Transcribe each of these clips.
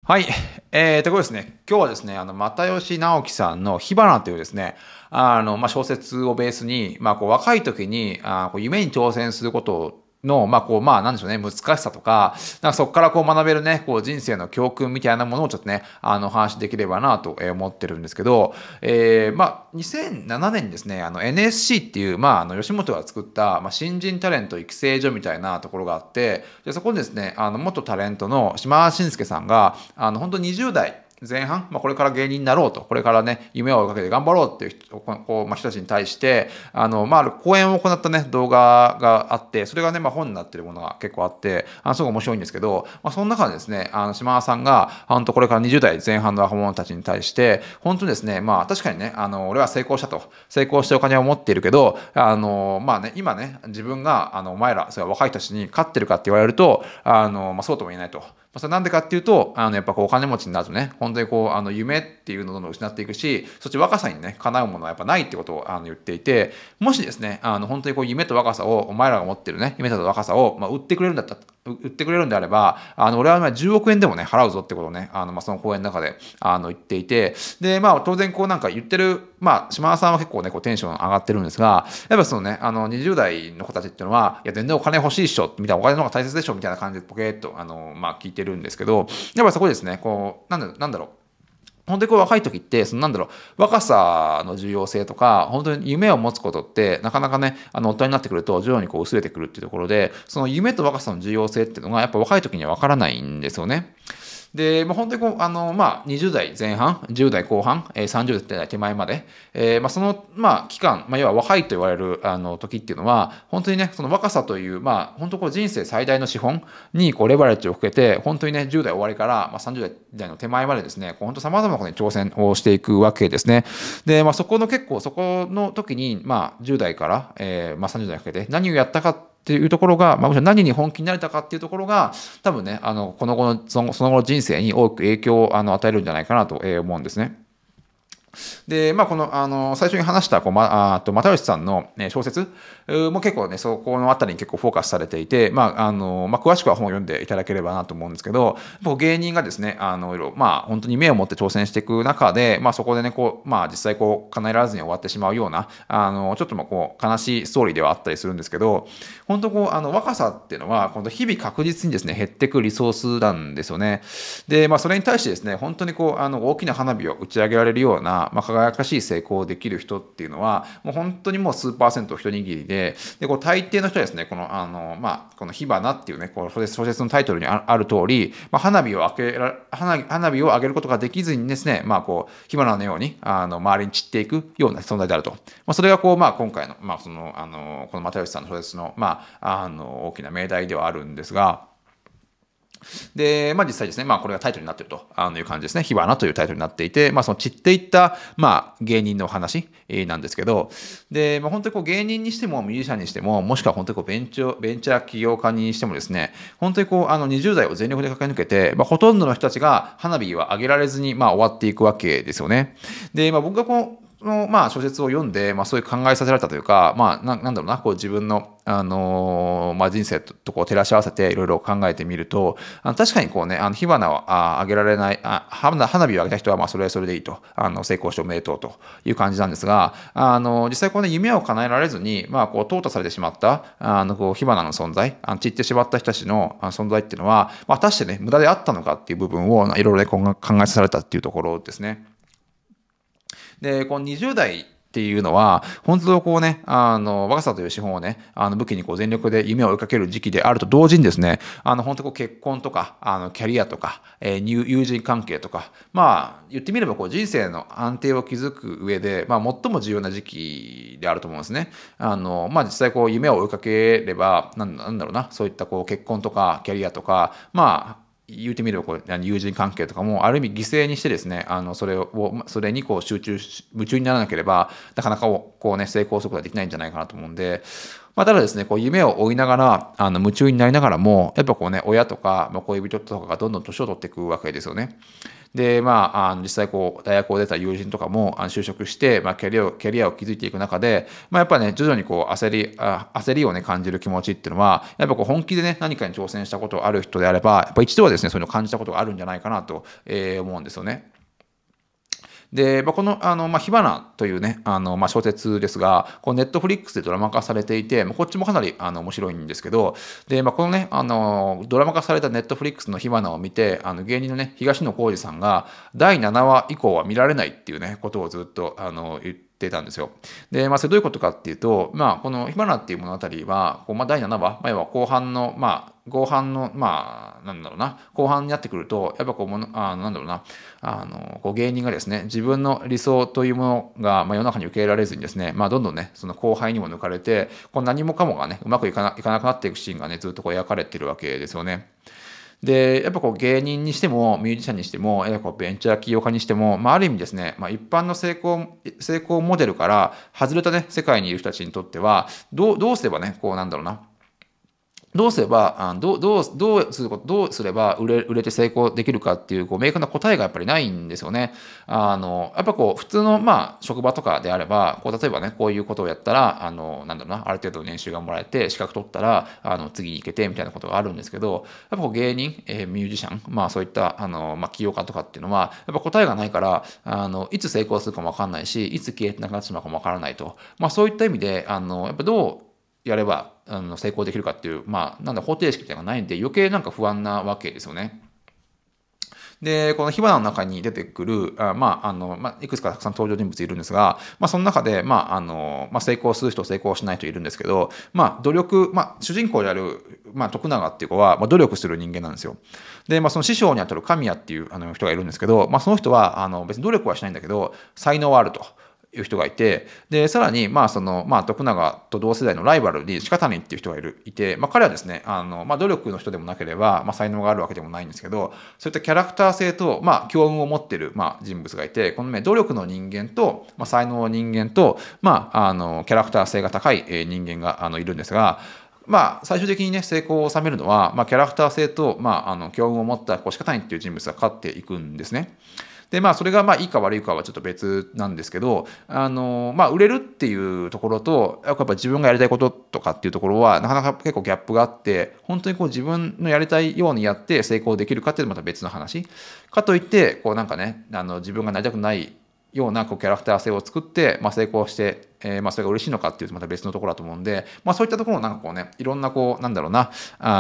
はい。これですね、今日はですね、又吉直樹さんの火花というですね、小説をベースに、若い時に、夢に挑戦することの、なんでしょうね、難しさとか、そこから学べるね、人生の教訓みたいなものをちょっとね、お話しできればなと思ってるんですけど、2007年にですね、NSC っていう、吉本が作った、新人タレント育成所みたいなところがあって、でそこにですね、元タレントの島田紳介さんが、本当20代、前半、これから芸人になろうと、これからね、夢を追いかけて頑張ろうっていう人たちに対して、ある講演を行ったね、動画があって、それがね、本になってるものが結構あって、すごく面白いんですけど、その中でですね、島田さんが、本当これから20代前半の若者たちに対して、本当にですね、確かにね、俺は成功したと、成功してお金を持っているけど、今ね、自分が、お前ら、それは若い人たちに勝ってるかって言われると、そうとも言えないと。それなんでかっていうと、やっぱお金持ちになるとね、本当に夢っていうのをどんどん失っていくし、そっち若さにね、叶うものはやっぱないってことを言っていて、もしですね、本当に夢と若さを、お前らが持ってるね、夢と若さを、売ってくれるんだったら、売ってくれるんであれば、俺は10億円でもね、払うぞってことをね、その講演の中で、言っていて、で、当然なんか言ってる、島田さんは結構ね、テンション上がってるんですが、やっぱそのね、20代の子たちっていうのは、いや、全然お金欲しいっしょ、みたいな、お金の方が大切でしょ、みたいな感じでポケーっと、聞いてるんですけど、やっぱそこですね、なんだろう、本当に若い時って、若さの重要性とか、本当に夢を持つことって、なかなかね、大人になってくると、徐々に薄れてくるっていうところで、その夢と若さの重要性っていうのが、やっぱ若い時には分からないんですよね。で、本当に20代前半、10代後半、30代手前まで、その、期間、要は若いと言われる、時っていうのは、本当にね、その若さという、本当人生最大の資本に、レバレッジをかけて、本当にね、10代終わりから、30代の手前までですね、本当様々なことに挑戦をしていくわけですね。で、そこの時に、10代から、30代にかけて、何をやったかっていうところが、むしろ何に本気になれたかっていうところが、多分ね、この後の、その後の人生に多く影響を与えるんじゃないかなと思うんですね。で、最初に話した、又吉さんの、小説も結構ね、そこのあたりに結構フォーカスされていて、詳しくは本を読んでいただければなと思うんですけど、芸人がですね、本当に夢を持って挑戦していく中で、そこでね、実際叶えられずに終わってしまうような、ちょっと悲しいストーリーではあったりするんですけど、本当若さっていうのは、日々確実にですね、減っていくリソースなんですよね。で、それに対してですね、本当に大きな花火を打ち上げられるような、輝かしい成功できる人っていうのは、もう本当にもう数パーセント一握りで、大抵の人はですね、この火花っていうね、小説のタイトルにある通り、花火を上げることができずにですね、火花のように、周りに散っていくような存在であると。それが今回の、この又吉さんの小説の、大きな命題ではあるんですが、で、実際ですね、これがタイトルになっているという感じですね。火花というタイトルになっていて、その散っていった、芸人の話なんですけど、で、本当に芸人にしてもミュージシャンにしても、もしくは本当にベンチャー起業家にしてもですね、本当に20代を全力で駆け抜けて、ほとんどの人たちが花火は上げられずに、終わっていくわけですよね。で、僕が小説を読んで、そういう考えさせられたというか、なんだろうな、自分の、人生と照らし合わせていろいろ考えてみると、確かに火花を上げられない、花火を上げた人は、それはそれでいいと、成功しておめでとうという感じなんですが、実際夢を叶えられずに、淘汰されてしまった、火花の存在、散ってしまった人たちの存在っていうのは、果たしてね、無駄であったのかっていう部分を、いろいろね、考えさせられたっていうところですね。で、20代っていうのは、本当若さという資本をね、武器に全力で夢を追いかける時期であると同時にですね、本当結婚とか、キャリアとか、友人関係とか、言ってみれば人生の安定を築く上で、最も重要な時期であると思うんですね。実際夢を追いかければ、なんだろうな、そういった結婚とか、キャリアとか、言うてみれば友人関係とかもある意味犠牲にしてですね、それに夢中にならなければなかなか成功することができないんじゃないかなと思うんで、 まあ、ただですね、こう夢を追いながら、夢中になりながらも、やっぱこうね、親とか、まあ、恋人とかがどんどん年を取っていくわけですよね。で、まあ、実際こう、大学を出た友人とかも就職して、まあ、キャリアを築いていく中で、まあ、やっぱね、徐々にこう、焦りをね、感じる気持ちっていうのは、やっぱこう、本気でね、何かに挑戦したことがある人であれば、やっぱ一度はですね、そういうのを感じたことがあるんじゃないかなと、思うんですよね。で、まあ、この、まあ、火花というね、まあ、小説ですが、こうネットフリックスでドラマ化されていて、まあ、こっちもかなり、面白いんですけど、で、まあ、このね、ドラマ化されたネットフリックスの火花を見て、芸人のね、東野幸治さんが、第7話以降は見られないっていうね、ことをずっと、言ってたんですよ。で、まあ、それどういうことかっていうと、まあ、この火花っていう物語は、こうまあ、第7話、まあ、要は後半の、まあ、なんだろうな、後半になってくると、やっぱこう、なんだろうな、こう芸人がですね、自分の理想というものが、まあ、世の中に受け入れられずにですね、まあ、どんどんね、その後輩にも抜かれて、こう何もかもがね、うまくいかなくなっていくシーンがね、ずっとこう描かれているわけですよね。で、やっぱこう芸人にしてもミュージシャンにしても、やっぱこうベンチャー起業家にしても、まあ、ある意味ですね、まあ、一般の成功モデルから外れたね、世界にいる人たちにとっては、どうすればね、こうなんだろうな、どうすれば、どうすれば売れて成功できるかっていう、こう、明確な答えがやっぱりないんですよね。やっぱこう、普通の、まあ、職場とかであれば、こう、例えばね、こういうことをやったら、なんだろうな、ある程度年収がもらえて、資格取ったら、次行けて、みたいなことがあるんですけど、やっぱこう、芸人、ミュージシャン、まあ、そういった、まあ、起業家とかっていうのは、やっぱ答えがないから、いつ成功するかもわかんないし、いつ消えてなくなってしまうかもわからないと。まあ、そういった意味で、やっぱどう、やれば成功できるかっていう、まあ、なんだ方程式っていうのがないんで余計なんか不安なわけですよね。で、この火花の中に出てくる、いくつかたくさん登場人物いるんですが、まあ、その中で、成功する人、成功しない人いるんですけど、まあ、主人公である、まあ、徳永っていう子は、まあ、努力する人間なんですよ。で、まあ、その師匠にあたる神谷っていう人がいるんですけど、まあ、その人は、別に努力はしないんだけど、才能はあると。いう人がいて、で、さらに、徳永と同世代のライバルに鹿谷っていう人がいて、まあ、彼はですね、努力の人でもなければ、まあ、才能があるわけでもないんですけど、そういったキャラクター性と、まあ、強運を持っている、まあ、人物がいて、このね、努力の人間と、まあ、才能の人間と、まあ、キャラクター性が高い人間がいるんですが、まあ、最終的にね、成功を収めるのは、まあ、キャラクター性と、強運を持った鹿谷っていう人物が勝っていくんですね。で、まあ、それがまあいいか悪いかはちょっと別なんですけど、まあ、売れるっていうところと、やっぱ自分がやりたいこととかっていうところは、なかなか結構ギャップがあって、本当にこう自分のやりたいようにやって成功できるかっていうのはまた別の話。かといって、こうなんかね、自分がなりたくないようなこうキャラクター性を作って、まあ、成功して、まあ、それが嬉しいのかっていうとまた別のところだと思うんで、まあ、そういったところをなんかこうね、いろんなこう、なんだろうな、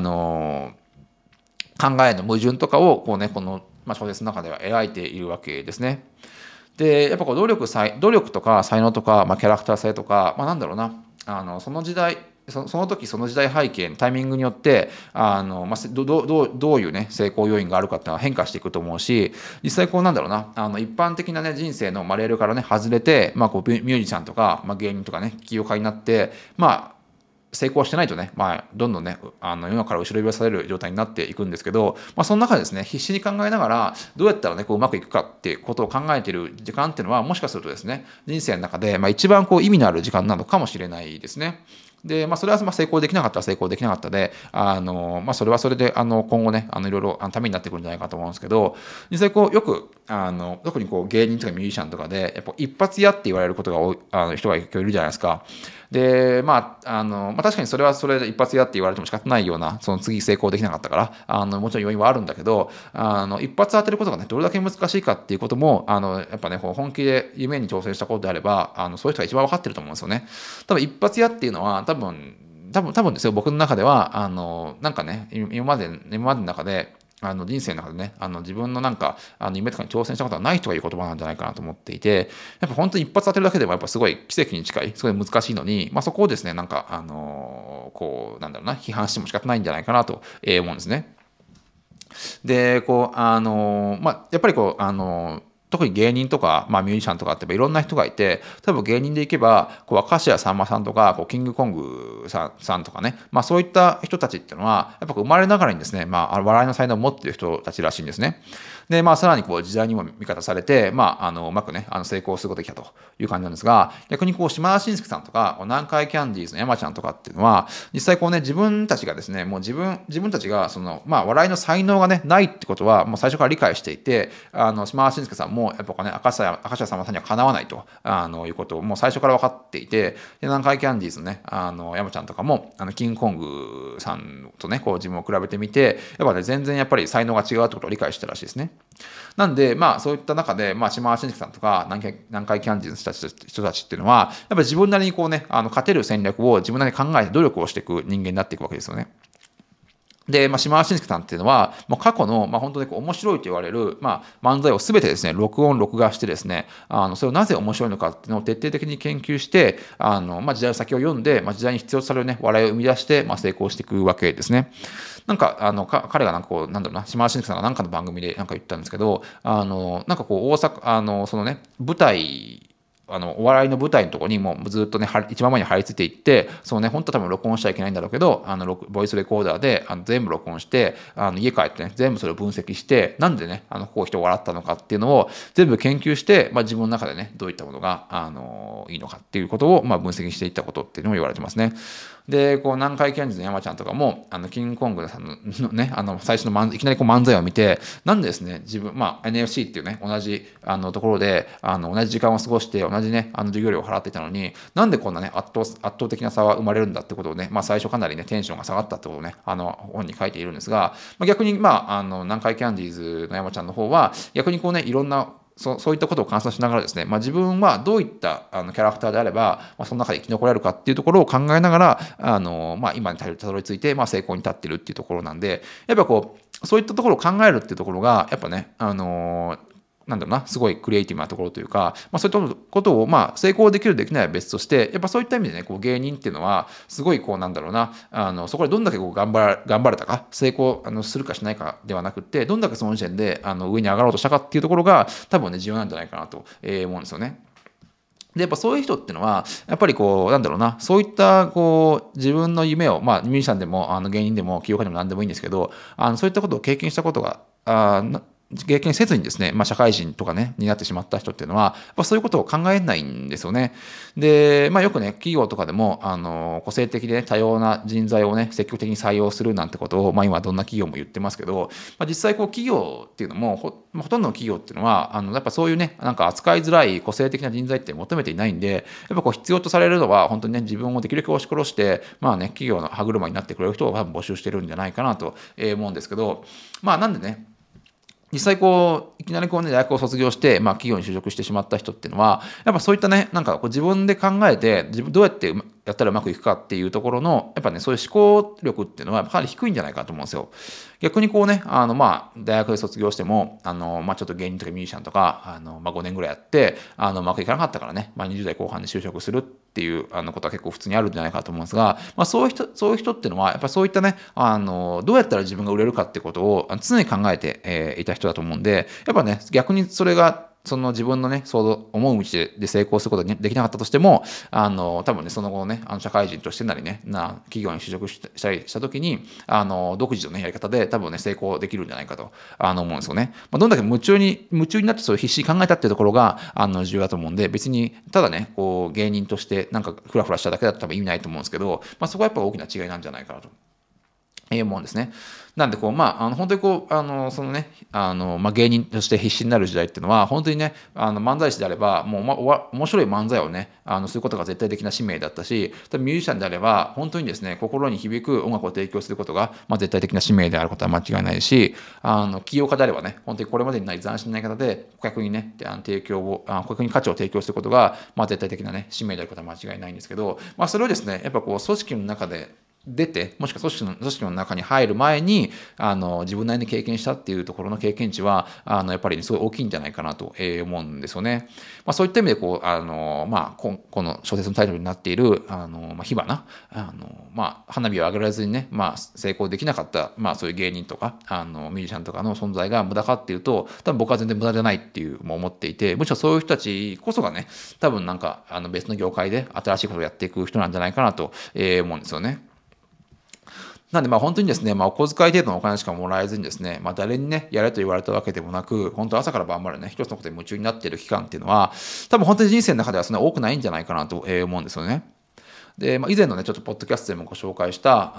考えの矛盾とかをこうね、この、まあ、小説の中では描いているわけですね。で、やっぱこう努力とか才能とか、まあ、キャラクター性とか、まあ、なんだろうな、その時代、その時その時代背景タイミングによってまあ、どういうね成功要因があるかっていうのは変化していくと思うし、実際こうなんだろうな、一般的なね人生のレールからね外れて、まあ、こうミュージシャンとか、まあ、芸人とかね起業家になって、まあ成功してないとね、まあ、どんどんね、世の中から後ろ指される状態になっていくんですけど、まあ、その中でですね、必死に考えながら、どうやったらね、こううまくいくかっていうことを考えている時間っていうのは、もしかするとですね、人生の中で、まあ、一番こう意味のある時間なのかもしれないですね。で、まあ、それはまあ成功できなかったら成功できなかったで、まあ、それはそれで、今後ね、いろいろためになってくるんじゃないかと思うんですけど、実際こう、よく、特にこう、芸人とかミュージシャンとかで、やっぱ一発屋って言われることが多い、人が結構いるじゃないですか。で、まあ、確かにそれはそれで一発屋って言われても仕方ないような、その次成功できなかったから、もちろん要因はあるんだけど、一発当てることがね、どれだけ難しいかっていうことも、やっぱね、こう本気で夢に挑戦したことであれば、そういう人が一番分かってると思うんですよね。多分一発屋っていうのは、多分ですよ、僕の中では、なんかね、今までの中で、人生の中でね、自分のなんか、夢とかに挑戦したことがない人が言う言葉なんじゃないかなと思っていて、やっぱ本当に一発当てるだけでもやっぱすごい奇跡に近い、すごい難しいのに、まあそこをですね、なんか、こう、なんだろうな、批判しても仕方ないんじゃないかなと思うんですね。で、こう、まあ、やっぱりこう、 特に芸人とか、まあ、ミュージシャンとかっていろんな人がいて、例えば芸人でいけば、明石家さんまさんとか、キングコングさんとかね、まあ、そういった人たちっていうのは、やっぱ生まれながらにですね、まあ、笑いの才能を持っている人たちらしいんですね。で、まあ、さらに時代にも味方されて、まあ、うまくね、成功することができたという感じなんですが、逆に島田紳介さんとか、南海キャンディーズの山ちゃんとかっていうのは、実際自分たちがですね、もう自分たちが、まあ、笑いの才能がね、ないってことは、もう最初から理解していて、島田紳介さんも、やっぱね、明石家さんまさんにはかなわないと、いうことをもう最初から分かっていて、で、南海キャンディーズのね、山ちゃんとかも、キングコングさんとね、自分を比べてみて、やっぱね、全然やっぱり才能が違うってことを理解したらしいですね。なんで、まあ、そういった中で、まあ、島田紳介さんとか南海キャンディーズの人たちっていうのは、やっぱり自分なりに勝てる戦略を自分なりに考えて努力をしていく人間になっていくわけですよね。で、まあ、島田紳介さんっていうのは、もう過去の、まあ、本当に面白いと言われる、まあ、漫才をすべてですね、録画してですね、それをなぜ面白いのかっていうのを徹底的に研究して、まあ、時代先を読んで、まあ、時代に必要とされるね、笑いを生み出して、まあ、成功していくわけですね。彼がなんだろうな、島田紳介さんが何かの番組で言ったんですけど、大阪、そのね、舞台、お笑いの舞台のところにもうずっとね、一番前に貼り付いていって、本当は多分録音しちゃいけないんだろうけど、ボイスレコーダーで全部録音して、家帰ってね、全部それを分析して、なんでね、人が笑ったのかっていうのを全部研究して、まあ、自分の中でね、どういったものが、いいのかっていうことを、まあ、分析していったことっていうのも言われてますね。で、南海キャンディーズの山ちゃんとかも、キングコングさんのね、最初のいきなり漫才を見て、なんでですね、まあ、NFC っていうね、同じところで、同じ時間を過ごして、同じね、授業料を払っていたのに、なんでこんなね、圧倒的な差は生まれるんだってことをね、まあ、最初かなりね、テンションが下がったってことをね、本に書いているんですが、まあ、逆に、まあ、南海キャンディーズの山ちゃんの方は、逆にいろんなそういったことを観察しながらですね、まあ、自分はどういったキャラクターであれば、まあ、その中で生き残れるかっていうところを考えながら、まあ、今にたどり着いて、まあ、成功に至ってるっていうところなんで、やっぱそういったところを考えるっていうところが、やっぱね、なんだろうな、すごいクリエイティブなところというか、まあ、そういったことを、まあ、成功できるできないは別として、やっぱそういった意味でね、芸人っていうのは、すごいなんだろうな、そこでどんだけ頑張れたか、成功するかしないかではなくて、どんだけその時点で上に上がろうとしたかっていうところが、多分ね、重要なんじゃないかなと思うんですよね。で、やっぱそういう人っていうのは、やっぱりなんだろうな、そういった自分の夢を、まあ、ミュージシャンでも、芸人でも、起業家でも何でもいいんですけど、そういったことを経験したことが、経験せずにですね、まあ、社会人とかね、になってしまった人っていうのは、やっぱそういうことを考えないんですよね。で、まあ、よくね、企業とかでも、個性的で、ね、多様な人材をね、積極的に採用するなんてことを、まあ、今どんな企業も言ってますけど、まあ、実際企業っていうのも、ほとんどの企業っていうのは、やっぱそういうね、扱いづらい個性的な人材って求めていないんで、やっぱ必要とされるのは、本当にね、自分をできるだけ押し殺して、まあね、企業の歯車になってくれる人を多分募集してるんじゃないかなと思うんですけど、まあなんでね、実際いきなり大学を卒業して、まあ、企業に就職してしまった人っていうのは、やっぱそういったね、自分で考えて、どうやってやったらうまくいくかっていうところの、やっぱね、そういう思考力っていうのはかなり低いんじゃないかと思うんですよ。逆にまあ、大学で卒業しても、まあ、ちょっと芸人とかミュージシャンとか、まあ、5年ぐらいやって、うまくいかなかったからね、まあ、20代後半で就職するっていうことは結構普通にあるんじゃないかと思うんですが、まあ、そういう人っていうのは、やっぱそういったね、どうやったら自分が売れるかってことを常に考えて、いた人だと思うんで、やっぱね、逆にそれが、その自分のね、思う道で成功することができなかったとしても、多分ね、その後ね、社会人としてなりね、企業に就職したりしたときに、独自のね、やり方で多分ね、成功できるんじゃないかと、思うんですよね。まあ、どんだけ夢中になって必死に考えたっていうところが、重要だと思うんで、別に、ただね、芸人としてフラフラしただけだと多分意味ないと思うんですけど、まあ、そこはやっぱ大きな違いなんじゃないかなと。思うんですね。なんでまあ、本当にそのね、まあ、芸人として必死になる時代っていうのは、本当にね、漫才師であれば、もう、面白い漫才をね、することが絶対的な使命だったし、ミュージシャンであれば、本当にですね、心に響く音楽を提供することが、まあ、絶対的な使命であることは間違いないし、起業家であればね、本当にこれまでにない斬新な言い方で、顧客にね、顧客に価値を提供することが、まあ、絶対的なね、使命であることは間違いないんですけど、まあ、それをですね、やっぱ組織の中で、 出て、もしくは組織の中に入る前に、自分なりに経験したっていうところの経験値は、やっぱりねすごい大きいんじゃないかなと思うんですよね。そういった意味で、この小説のタイトルになっている、火花、花火を上げられずにね、成功できなかった、そういう芸人とか、ミュージシャンとかの存在が無駄かっていうと、多分僕は全然無駄じゃないっていうも思っていて、むしろそういう人たちこそがね、多分なんか、別の業界で新しいことをやっていく人なんじゃないかなと思うんですよね。なんで本当にですね、お小遣い程度のお金しかもらえずにですね、誰にね、やれと言われたわけでもなく、本当朝から晩までね、一つのことに夢中になっている期間っていうのは、多分本当に人生の中ではそんな多くないんじゃないかなと思うんですよね。で、以前のね、ちょっとポッドキャストでもご紹介した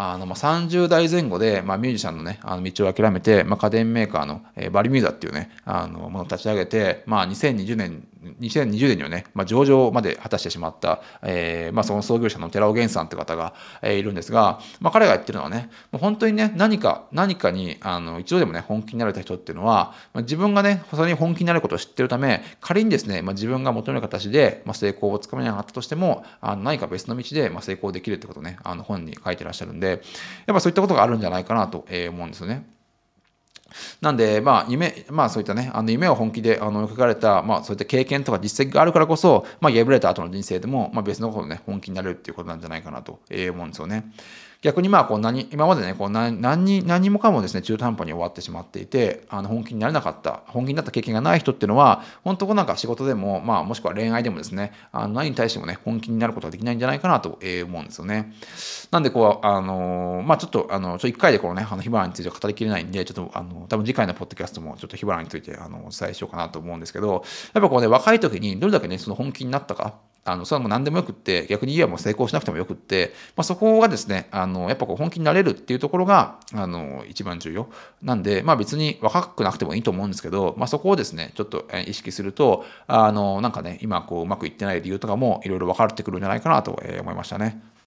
、30代前後で、ミュージシャンのね、道を諦めて、家電メーカーの、バルミューダっていうね、ものを立ち上げて、2020年にはね、上場まで果たしてしまった、その創業者の寺尾源さんって方が、いるんですが、彼が言ってるのはね、もう本当にね、何かに、一度でもね、本気になれた人っていうのは、自分がね、それに本気になることを知ってるため、仮にですね、自分が求める形で、成功をつかめなかったとしても、何か別の道で、成功できるってことをね、本に書いてらっしゃるんで、やっぱそういったことがあるんじゃないかなと思うんですよね。なんで、そういったね、夢を本気で描かれた、そういった経験とか実績があるからこそ、敗れた後の人生でも、別のことでね、本気になれるっていうことなんじゃないかなと思うんですよね。逆に今までね、何もかもですね、中途半端に終わってしまっていて、本気になった経験がない人っていうのは、本当なんか仕事でも、もしくは恋愛でもですね、何に対してもね、本気になることができないんじゃないかなと思うんですよね。なんでちょっと、1回でこのね、火花については語りきれないんで、ちょっと、多分次回のポッドキャストもちょっと火花について、お伝えしようかなと思うんですけど、やっぱ若い時にどれだけね、その本気になったか、それはもう何でもよくって、逆に言えばもう成功しなくてもよくって、そこがですね、やっぱ本気になれるっていうところが、一番重要。なんで、別に若くなくてもいいと思うんですけど、そこをですね、ちょっと意識すると、なんかね、今うまくいってない理由とかもいろいろ分かってくるんじゃないかなと思いましたね。